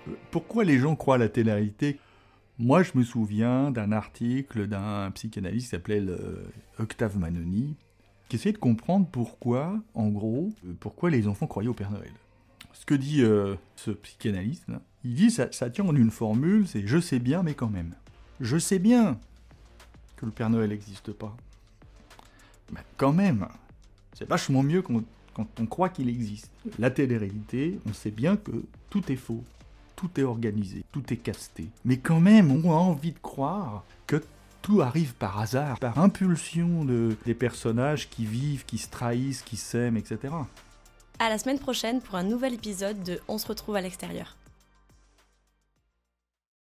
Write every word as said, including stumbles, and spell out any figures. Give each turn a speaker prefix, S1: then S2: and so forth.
S1: Pourquoi les gens croient à la télé-réalité ? Moi, je me souviens d'un article d'un psychanalyste qui s'appelait le Octave Manoni, qui essayait de comprendre pourquoi, en gros, pourquoi les enfants croyaient au Père Noël. Ce que dit euh, ce psychanalyste, là, il dit, ça, ça tient en une formule, c'est « je sais bien, mais quand même ». Je sais bien que le Père Noël n'existe pas. Mais quand même, c'est vachement mieux quand, quand on croit qu'il existe. La télé-réalité, on sait bien que tout est faux. Tout est organisé, tout est casté. Mais quand même, on a envie de croire que tout arrive par hasard, par impulsion de, des personnages qui vivent, qui se trahissent, qui s'aiment, et cetera.
S2: À la semaine prochaine pour un nouvel épisode de On se retrouve à l'extérieur.